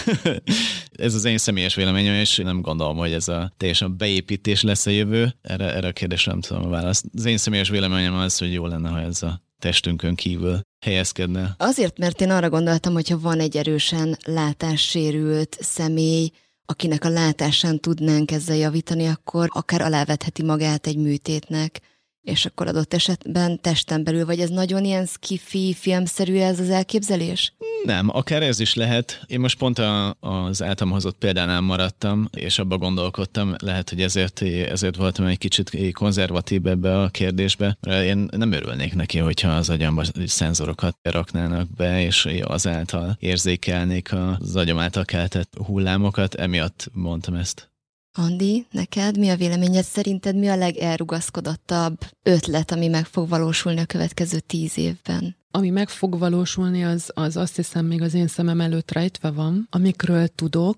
Ez az én személyes véleményem, és nem gondolom, hogy ez a teljesen beépítés lesz a jövő. Erre, erre a kérdésre nem tudom a választ. Az én személyes véleményem az, hogy jó lenne, ha ez a testünkön kívül helyezkedne. Azért, mert én arra gondoltam, hogyha van egy erősen látássérült személy, akinek a látásán tudnánk ezzel javítani, akkor akár alávetheti magát egy műtétnek, és akkor adott esetben testen belül, vagy ez nagyon ilyen sci-fi filmszerű ez az elképzelés? Nem, akár ez is lehet. Én most pont a, az általam hozott példánál maradtam, és abba gondolkodtam, lehet, hogy ezért, ezért voltam egy kicsit konzervatív ebbe a kérdésbe. Én nem örülnék neki, hogyha az agyamba szenzorokat raknának be, és azáltal érzékelnék az agyam által keltett hullámokat, emiatt mondtam ezt. Andi, neked mi a véleményed? Szerinted mi a legelrugaszkodottabb ötlet, ami meg fog valósulni a következő tíz évben? Ami meg fog valósulni, az, az azt hiszem még az én szemem előtt rejtve van. Amikről tudok,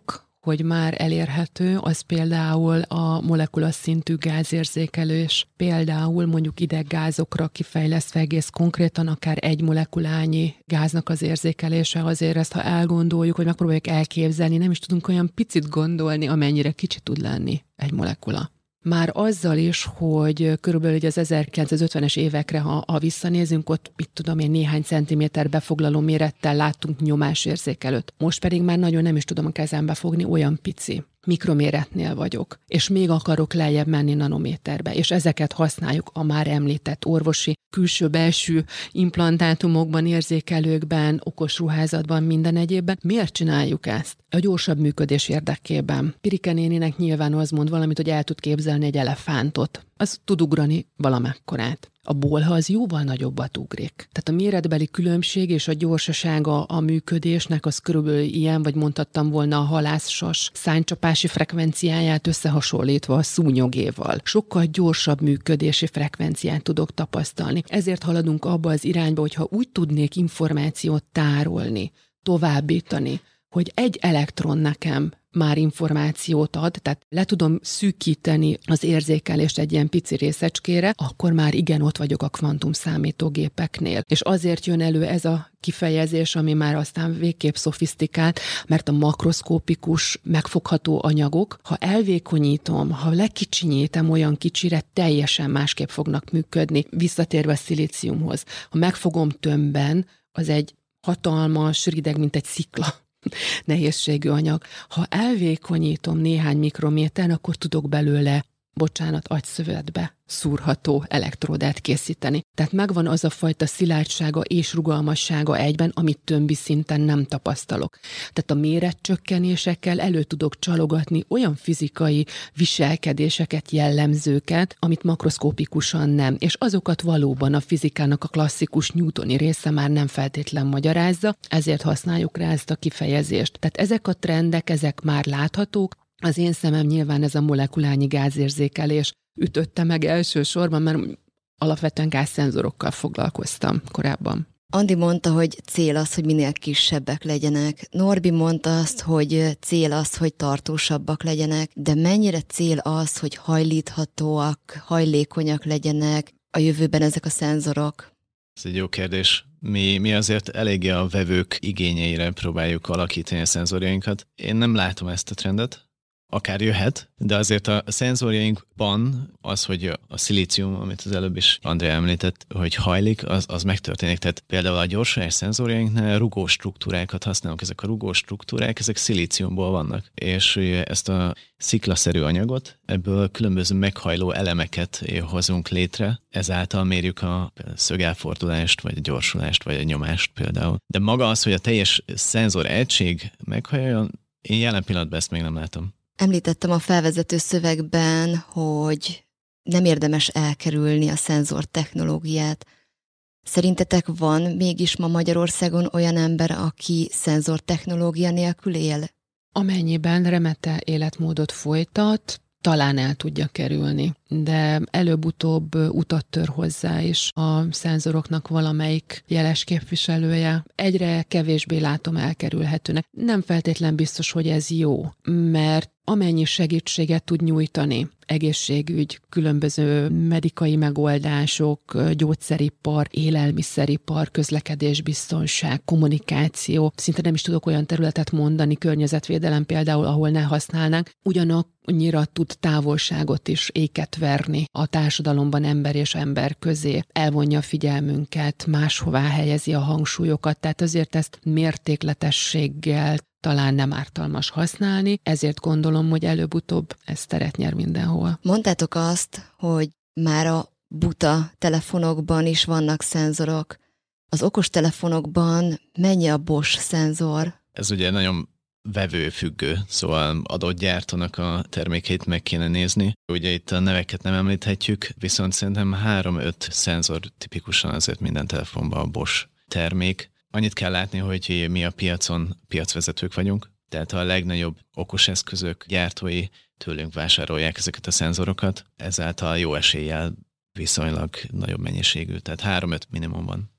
hogy már elérhető, az például a molekulas szintű gázérzékelés, például mondjuk ideggázokra kifejlesztve egész konkrétan akár egy molekulányi gáznak az érzékelése, azért ezt, ha elgondoljuk, hogy megpróbáljuk elképzelni, nem is tudunk olyan picit gondolni, amennyire kicsi tud lenni egy molekula. Már azzal is, hogy körülbelül az ezerkilencszázötvenes évekre, ha, ha visszanézünk, ott mit tudom én, néhány centiméter befoglaló mérettel láttunk nyomásérzékelőt. Most pedig már nagyon nem is tudom a kezembe fogni, olyan pici. Mikroméretnél vagyok, és még akarok lejjebb menni nanométerbe, és ezeket használjuk a már említett orvosi, külső-belső implantátumokban, érzékelőkben, okos ruházatban, minden egyébben. Miért csináljuk ezt? A gyorsabb működés érdekében. Pirike néninek nyilván az mond valamit, hogy el tud képzelni egy elefántot. Az tud ugrani valamekkorát. A bolha az jóval nagyobbat ugrik. Tehát a méretbeli különbség és a gyorsasága a működésnek az körülbelül ilyen, vagy mondhattam volna a halászsas szárnycsapási frekvenciáját összehasonlítva a szúnyogéval. Sokkal gyorsabb működési frekvenciát tudok tapasztalni. Ezért haladunk abba az irányba, hogyha úgy tudnék információt tárolni, továbbítani, hogy egy elektron nekem már információt ad, tehát le tudom szűkíteni az érzékelést egy ilyen pici részecskére, akkor már igen, ott vagyok a kvantum számítógépeknél. És azért jön elő ez a kifejezés, ami már aztán végképp szofisztikált, mert a makroszkópikus, megfogható anyagok, ha elvékonyítom, ha lekicsinyítem olyan kicsire, teljesen másképp fognak működni. Visszatérve a szilíciumhoz. Ha megfogom tömbben, az egy hatalmas rideg, mint egy szikla nehézségű anyag. Ha elvékonyítom néhány mikrométeren, akkor tudok belőle, bocsánat, agyszövetbe szúrható elektródát készíteni. Tehát megvan az a fajta szilárdsága és rugalmassága egyben, amit többi szinten nem tapasztalok. Tehát a méretcsökkenésekkel elő tudok csalogatni olyan fizikai viselkedéseket, jellemzőket, amit makroszkópikusan nem. És azokat valóban a fizikának a klasszikus newtoni része már nem feltétlen magyarázza, ezért használjuk rá ezt a kifejezést. Tehát ezek a trendek, ezek már láthatók. Az én szemem nyilván ez a molekulányi gázérzékelés ütötte meg elsősorban, mert alapvetően gázszenzorokkal foglalkoztam korábban. Andi mondta, hogy cél az, hogy minél kisebbek legyenek. Norbi mondta azt, hogy cél az, hogy tartósabbak legyenek, de mennyire cél az, hogy hajlíthatóak, hajlékonyak legyenek a jövőben ezek a szenzorok? Ez egy jó kérdés. Mi, mi azért eléggé a vevők igényeire próbáljuk alakítani a szenzorjainkat. Én nem látom ezt a trendet. Akár jöhet, de azért a szenzorjainkban az, hogy a szilícium, amit az előbb is Andrea említett, hogy hajlik, az, az megtörténik. Tehát például a gyorsulás szenzorjainknál rugós struktúrákat használunk. Ezek a rugós struktúrák, ezek szilíciumból vannak. És ezt a sziklaszerű anyagot, ebből különböző meghajló elemeket hozunk létre, ezáltal mérjük a szögelfordulást, vagy a gyorsulást, vagy a nyomást például. De maga az, hogy a teljes szenzor egység meghajoljon, én jelen pillanatban ezt még nem látom. Említettem a felvezető szövegben, hogy nem érdemes elkerülni a szenzor technológiát. Szerintetek van mégis ma Magyarországon olyan ember, aki szenzor technológia nélkül él? Amennyiben remete életmódot folytat, talán el tudja kerülni, de előbb-utóbb utat tör hozzá is a szenzoroknak valamelyik jeles képviselője. Egyre kevésbé látom elkerülhetőnek. Nem feltétlen biztos, hogy ez jó, mert amennyi segítséget tud nyújtani, egészségügy, különböző medikai megoldások, gyógyszeripar, élelmiszeripar, közlekedésbiztonság, kommunikáció, szinte nem is tudok olyan területet mondani, környezetvédelem például, ahol ne használnánk, ugyanannyira tud távolságot is, éket verni a társadalomban ember és ember közé, elvonja a figyelmünket, máshová helyezi a hangsúlyokat, tehát azért ezt mértékletességgel talán nem ártalmas használni, ezért gondolom, hogy előbb-utóbb ez teret nyer mindenhol. Mondtátok azt, hogy már a buta telefonokban is vannak szenzorok. Az okos telefonokban mennyi a Bosch szenzor? Ez ugye nagyon vevőfüggő, szóval adott gyártónak a termékeit meg kéne nézni. Ugye itt a neveket nem említhetjük, viszont szerintem három-öt szenzor tipikusan azért minden telefonban a Bosch termék. Annyit kell látni, hogy mi a piacon piacvezetők vagyunk, tehát a legnagyobb okos eszközök gyártói tőlünk vásárolják ezeket a szenzorokat, ezáltal jó eséllyel viszonylag nagyobb mennyiségű, tehát három-öt minimum van.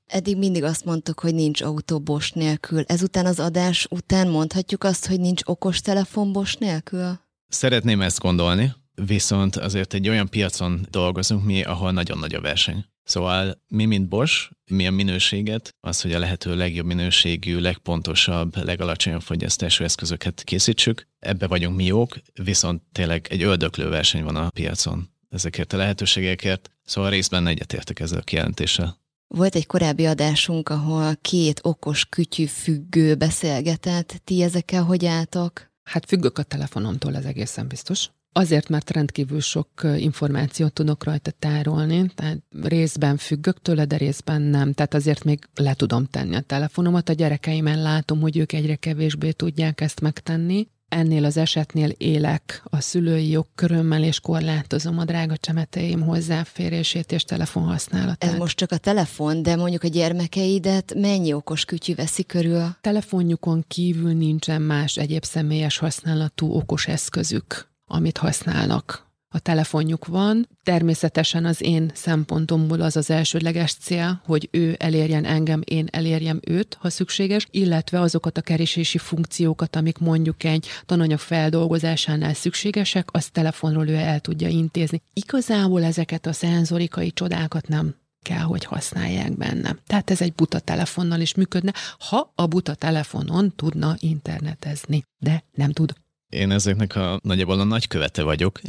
Eddig mindig azt mondtuk, hogy nincs autó Bosch nélkül. Ezután az adás után mondhatjuk azt, hogy nincs okos telefon Bosch nélkül? Szeretném ezt gondolni, viszont azért egy olyan piacon dolgozunk mi, ahol nagyon nagy a verseny. Szóval mi, mint Bosch, mi a minőséget, az, hogy a lehető legjobb minőségű, legpontosabb, legalacsonyabb fogyasztású eszközöket készítsük. Ebbe vagyunk mi jók, viszont tényleg egy öldöklő verseny van a piacon ezekért a lehetőségekért. Szóval részben egyetértek ezzel a kijelentéssel. Volt egy korábbi adásunk, ahol két okos kütyű függő beszélgetett. Ti ezekkel hogy álltok? Hát függök a telefonomtól, ez egészen biztos. Azért, mert rendkívül sok információt tudok rajta tárolni, tehát részben függök tőle, de részben nem. Tehát azért még le tudom tenni a telefonomat. A gyerekeimen látom, hogy ők egyre kevésbé tudják ezt megtenni. Ennél az esetnél élek a szülői jogkörömmel, és korlátozom a drága csemeteim hozzáférését és telefonhasználatát. Ez most csak a telefon, de mondjuk a gyermekeidet mennyi okos kütyű veszi körül? Telefonjukon kívül nincsen más egyéb személyes használatú okos eszközük, amit használnak. A telefonjuk van, természetesen az én szempontomból az az elsődleges cél, hogy ő elérjen engem, én elérjem őt, ha szükséges, illetve azokat a keresési funkciókat, amik mondjuk egy tananyag feldolgozásánál szükségesek, azt telefonról ő el tudja intézni. Igazából ezeket a szenzorikai csodákat nem kell, hogy használják benne. Tehát ez egy buta telefonnal is működne, ha a buta telefonon tudna internetezni, de nem tud. Én ezeknek a nagyjából a nagykövete vagyok.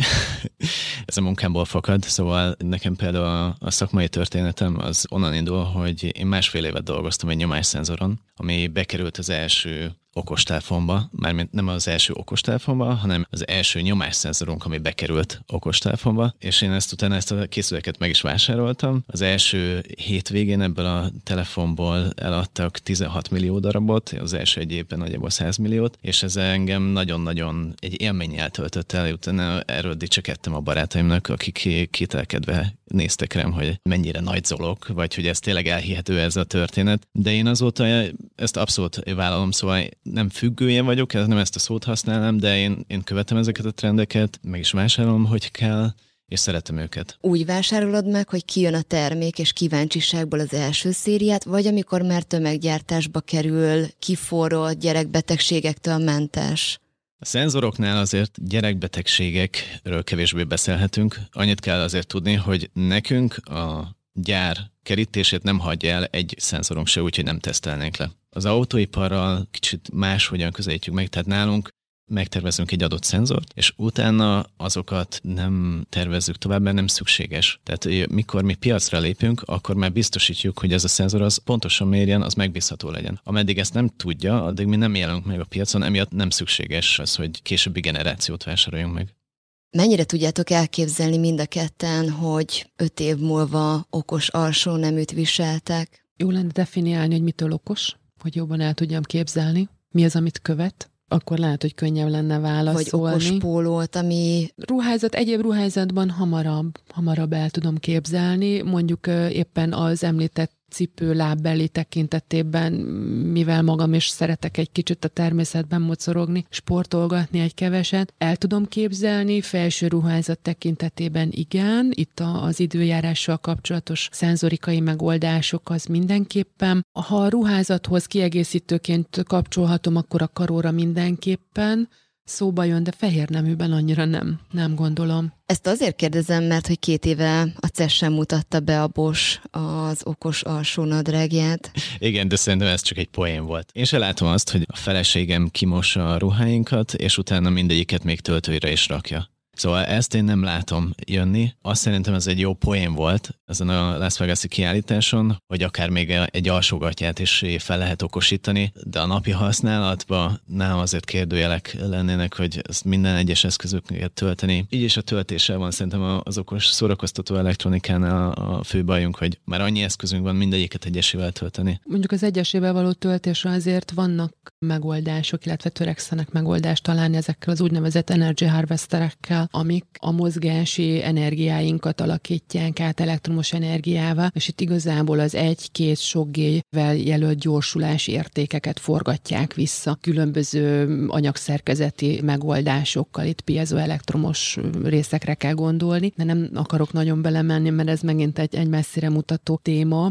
Ez a munkámból fakad, szóval nekem például a, a szakmai történetem az onnan indul, hogy én másfél évet dolgoztam egy nyomásszenzoron, ami bekerült az első okostelefonba, mármint nem az első okostelefonba, hanem az első nyomásszenzorunk, ami bekerült okostelefonba, és én ezt utána ezt a készüléket meg is vásároltam. Az első hétvégén ebből a telefonból eladtak tizenhat millió darabot, az első egy évben nagyjából száz milliót, és ez engem nagyon-nagyon egy élménnyel töltött el, utána erről dicsekedtem a barátaimnak, akik kételkedve néztek rám, hogy mennyire nagy zolog, vagy hogy ez tényleg elhihető ez a történet. De én azóta ezt abszolút vállalom, szóval nem függője vagyok, nem ezt a szót használom, de én, én követem ezeket a trendeket, meg is vásárolom, hogy kell, és szeretem őket. Úgy vásárolod meg, hogy kijön a termék, és kíváncsiságból az első szériát, vagy amikor már tömeggyártásba kerül, kiforrott, gyerekbetegségektől mentes? A szenzoroknál azért gyerekbetegségekről kevésbé beszélhetünk. Annyit kell azért tudni, hogy nekünk a gyár kerítését nem hagyja el egy szenzorunk se, úgyhogy nem tesztelnénk le. Az autóiparral kicsit máshogyan közelítjük meg, tehát nálunk megtervezünk egy adott szenzort, és utána azokat nem tervezzük tovább, mert nem szükséges. Tehát mikor mi piacra lépünk, akkor már biztosítjuk, hogy ez a szenzor az pontosan mérjen, az megbízható legyen. Ameddig ezt nem tudja, addig mi nem jelenünk meg a piacon, emiatt nem szükséges az, hogy későbbi generációt vásároljunk meg. Mennyire tudjátok elképzelni mind a ketten, hogy öt év múlva okos alsóneműt viseltek? Jó lenne definiálni, hogy mitől okos, hogy jobban el tudjam képzelni, mi az, amit követ. Akkor lehet, hogy könnyebb lenne válaszolni. Vagy okos pólót, ami... Ruházat, egyéb ruházatban hamarabb, hamarabb el tudom képzelni. Mondjuk éppen az említett cipő lábbeli tekintetében, mivel magam is szeretek egy kicsit a természetben mocorogni, sportolgatni egy keveset, el tudom képzelni, felső ruházat tekintetében igen, itt az időjárással kapcsolatos szenzorikai megoldások az mindenképpen. Ha a ruházathoz kiegészítőként kapcsolhatom, akkor a karóra mindenképpen szóba jön, de fehér neműben annyira nem, nem gondolom. Ezt azért kérdezem, mert hogy két éve a cé e es sem mutatta be a Bosch az okos alsónadrágját. Igen, de szerintem ez csak egy poén volt. Én se látom azt, hogy a feleségem kimossa a ruháinkat, és utána mindegyiket még töltőre is rakja. Szóval ezt én nem látom jönni. Azt szerintem ez egy jó poén volt ezen a Las Vegas-i kiállításon, hogy akár még egy alsógatját is fel lehet okosítani, de a napi használatban nálam azért kérdőjelek lennének, hogy ezt minden egyes eszközöket tölteni. Így is a töltéssel van szerintem az okos szórakoztató elektronikánál a fő bajunk, hogy már annyi eszközünk van mindegyiket egyesével tölteni. Mondjuk az egyesével való töltésre azért vannak megoldások, illetve törekszenek megoldást találni ezekkel az úgynevezett energy harvesterekkel, amik a mozgási energiáinkat alakítják át elektromos energiává, és itt igazából az egy-két sok gével jelölt gyorsulási értékeket forgatják vissza különböző anyagszerkezeti megoldásokkal. Itt piezoelektromos részekre kell gondolni, de nem akarok nagyon belemenni, mert ez megint egy, egy messzire mutató téma.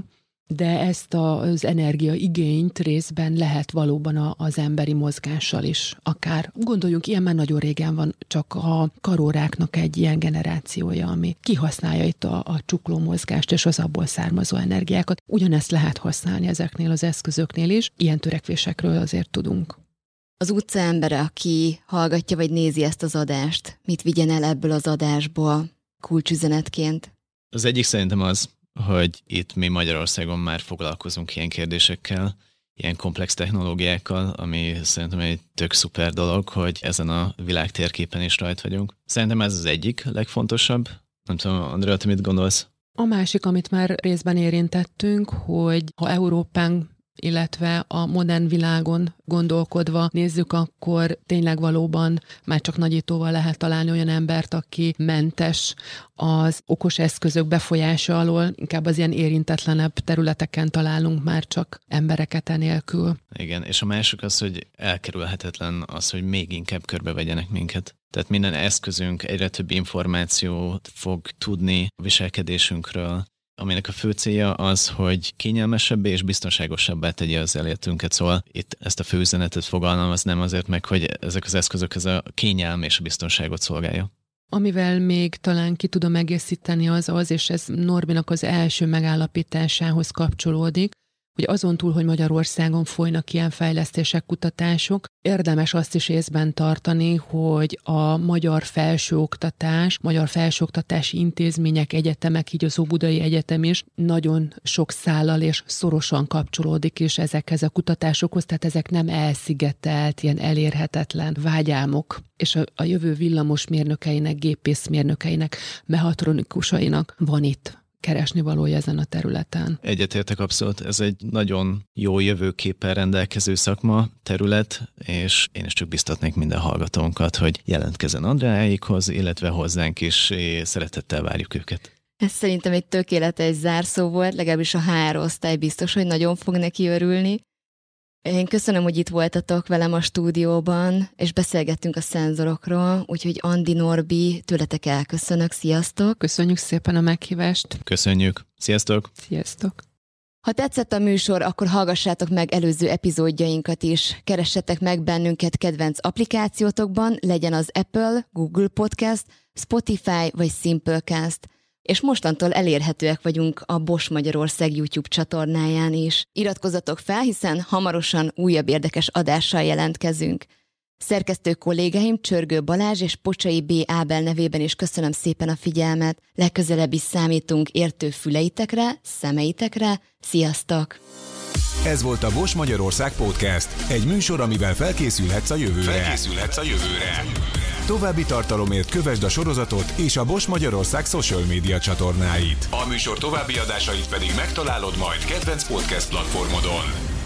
de ezt az energiaigényt részben lehet valóban az emberi mozgással is akár. Gondoljunk, ilyen már nagyon régen van, csak a karóráknak egy ilyen generációja, ami kihasználja itt a, a csukló mozgást és az abból származó energiákat. Ugyanezt lehet használni ezeknél az eszközöknél is, ilyen törekvésekről azért tudunk. Az utca embere, aki hallgatja vagy nézi ezt az adást, mit vigyen el ebből az adásból kulcsüzenetként? Az egyik szerintem az, hogy itt mi Magyarországon már foglalkozunk ilyen kérdésekkel, ilyen komplex technológiákkal, ami szerintem egy tök szuper dolog, hogy ezen a világ térképen is rajt vagyunk. Szerintem ez az egyik legfontosabb. Nem tudom, Andrea, te mit gondolsz? A másik, amit már részben érintettünk, hogy ha Európán, illetve a modern világon gondolkodva nézzük, akkor tényleg valóban már csak nagyítóval lehet találni olyan embert, aki mentes az okos eszközök befolyása alól, inkább az ilyen érintetlenebb területeken találunk már csak embereket enélkül. Igen, és a másik az, hogy elkerülhetetlen az, hogy még inkább körbevegyenek minket. Tehát minden eszközünk egyre több információt fog tudni a viselkedésünkről, aminek a fő célja az, hogy kényelmesebbé és biztonságosabbá tegye az életünket. Szóval itt ezt a fő üzenetet fogalmaznám azért meg, hogy ezek az eszközök ez a kényelm és a biztonságot szolgálja. Amivel még talán ki tudom egészíteni az az, és ez Norbinak az első megállapításához kapcsolódik, hogy azon túl, hogy Magyarországon folynak ilyen fejlesztések, kutatások, érdemes azt is észben tartani, hogy a magyar felsőoktatás, magyar felsőoktatási intézmények, egyetemek, így az Óbudai Egyetem is nagyon sok szállal és szorosan kapcsolódik is ezekhez a kutatásokhoz, tehát ezek nem elszigetelt, ilyen elérhetetlen vágyálmok. És a, a jövő villamosmérnökeinek, gépészmérnökeinek, mechatronikusainak van itt keresni valója ezen a területen. Egyetértek abszolút, ez egy nagyon jó jövőképpel rendelkező szakma, terület, és én is csak biztatnék minden hallgatónkat, hogy jelentkezzen Andreáikhoz, illetve hozzánk is, és szeretettel várjuk őket. Ez szerintem egy tökéletes zárszó volt, legalábbis a há er osztály biztos, hogy nagyon fog neki örülni. Én köszönöm, hogy itt voltatok velem a stúdióban, és beszélgettünk a szenzorokról, úgyhogy Andi, Norbi, tőletek elköszönök, sziasztok! Köszönjük szépen a meghívást! Köszönjük! Sziasztok! Sziasztok! Ha tetszett a műsor, akkor hallgassátok meg előző epizódjainkat is. Keressetek meg bennünket kedvenc applikációtokban, legyen az Apple, Google Podcast, Spotify vagy Simplecast. És mostantól elérhetőek vagyunk a Bosch Magyarország YouTube csatornáján is. Iratkozzatok fel, hiszen hamarosan újabb érdekes adással jelentkezünk. Szerkesztő kollégáim Csörgő Balázs és Pocsai B. Ábel nevében is köszönöm szépen a figyelmet. Legközelebb is számítunk értő füleitekre, szemeitekre. Sziasztok! Ez volt a Bosch Magyarország Podcast, egy műsor, amivel felkészülhetsz a jövőre. Felkészülhetsz a jövőre. További tartalomért kövesd a sorozatot és a Bosch Magyarország social media csatornáit. A műsor további adásait pedig megtalálod majd kedvenc podcast platformodon.